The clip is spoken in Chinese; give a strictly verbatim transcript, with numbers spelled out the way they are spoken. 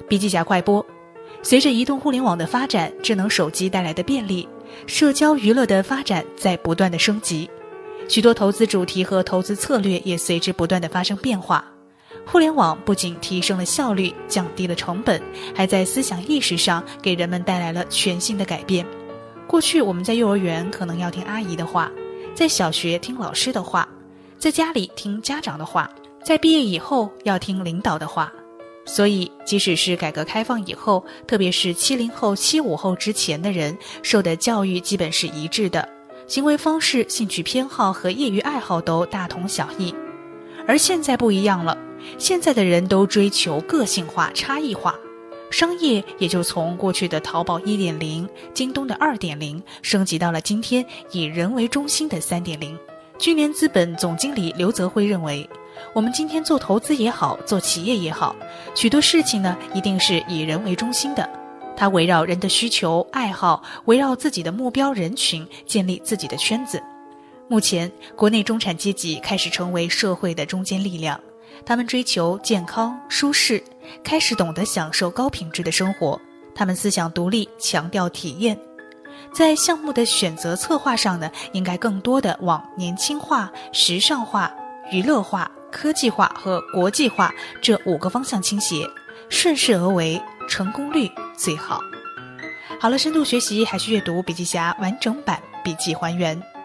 笔记侠快播。随着移动互联网的发展，智能手机带来的便利，社交娱乐的发展在不断的升级，许多投资主题和投资策略也随之不断的发生变化。互联网不仅提升了效率，降低了成本，还在思想意识上给人们带来了全新的改变。过去我们在幼儿园可能要听阿姨的话，在小学听老师的话，在家里听家长的话，在毕业以后要听领导的话。所以即使是改革开放以后，特别是七零后七五后之前的人受的教育基本是一致的，行为方式、兴趣偏好和业余爱好都大同小异。而现在不一样了，现在的人都追求个性化、差异化，商业也就从过去的淘宝 一点零、京东的 二点零 升级到了今天以人为中心的 三点零。 聚联资本总经理刘泽辉认为，我们今天做投资也好，做企业也好，许多事情呢一定是以人为中心的，它围绕人的需求、爱好，围绕自己的目标人群，建立自己的圈子。目前国内中产阶级开始成为社会的中坚力量，他们追求健康舒适，开始懂得享受高品质的生活，他们思想独立，强调体验。在项目的选择策划上呢，应该更多的往年轻化、时尚化、娱乐化、科技化和国际化这五个方向倾斜，顺势而为，成功率最好。好了，深度学习还是阅读笔记侠完整版笔记还原。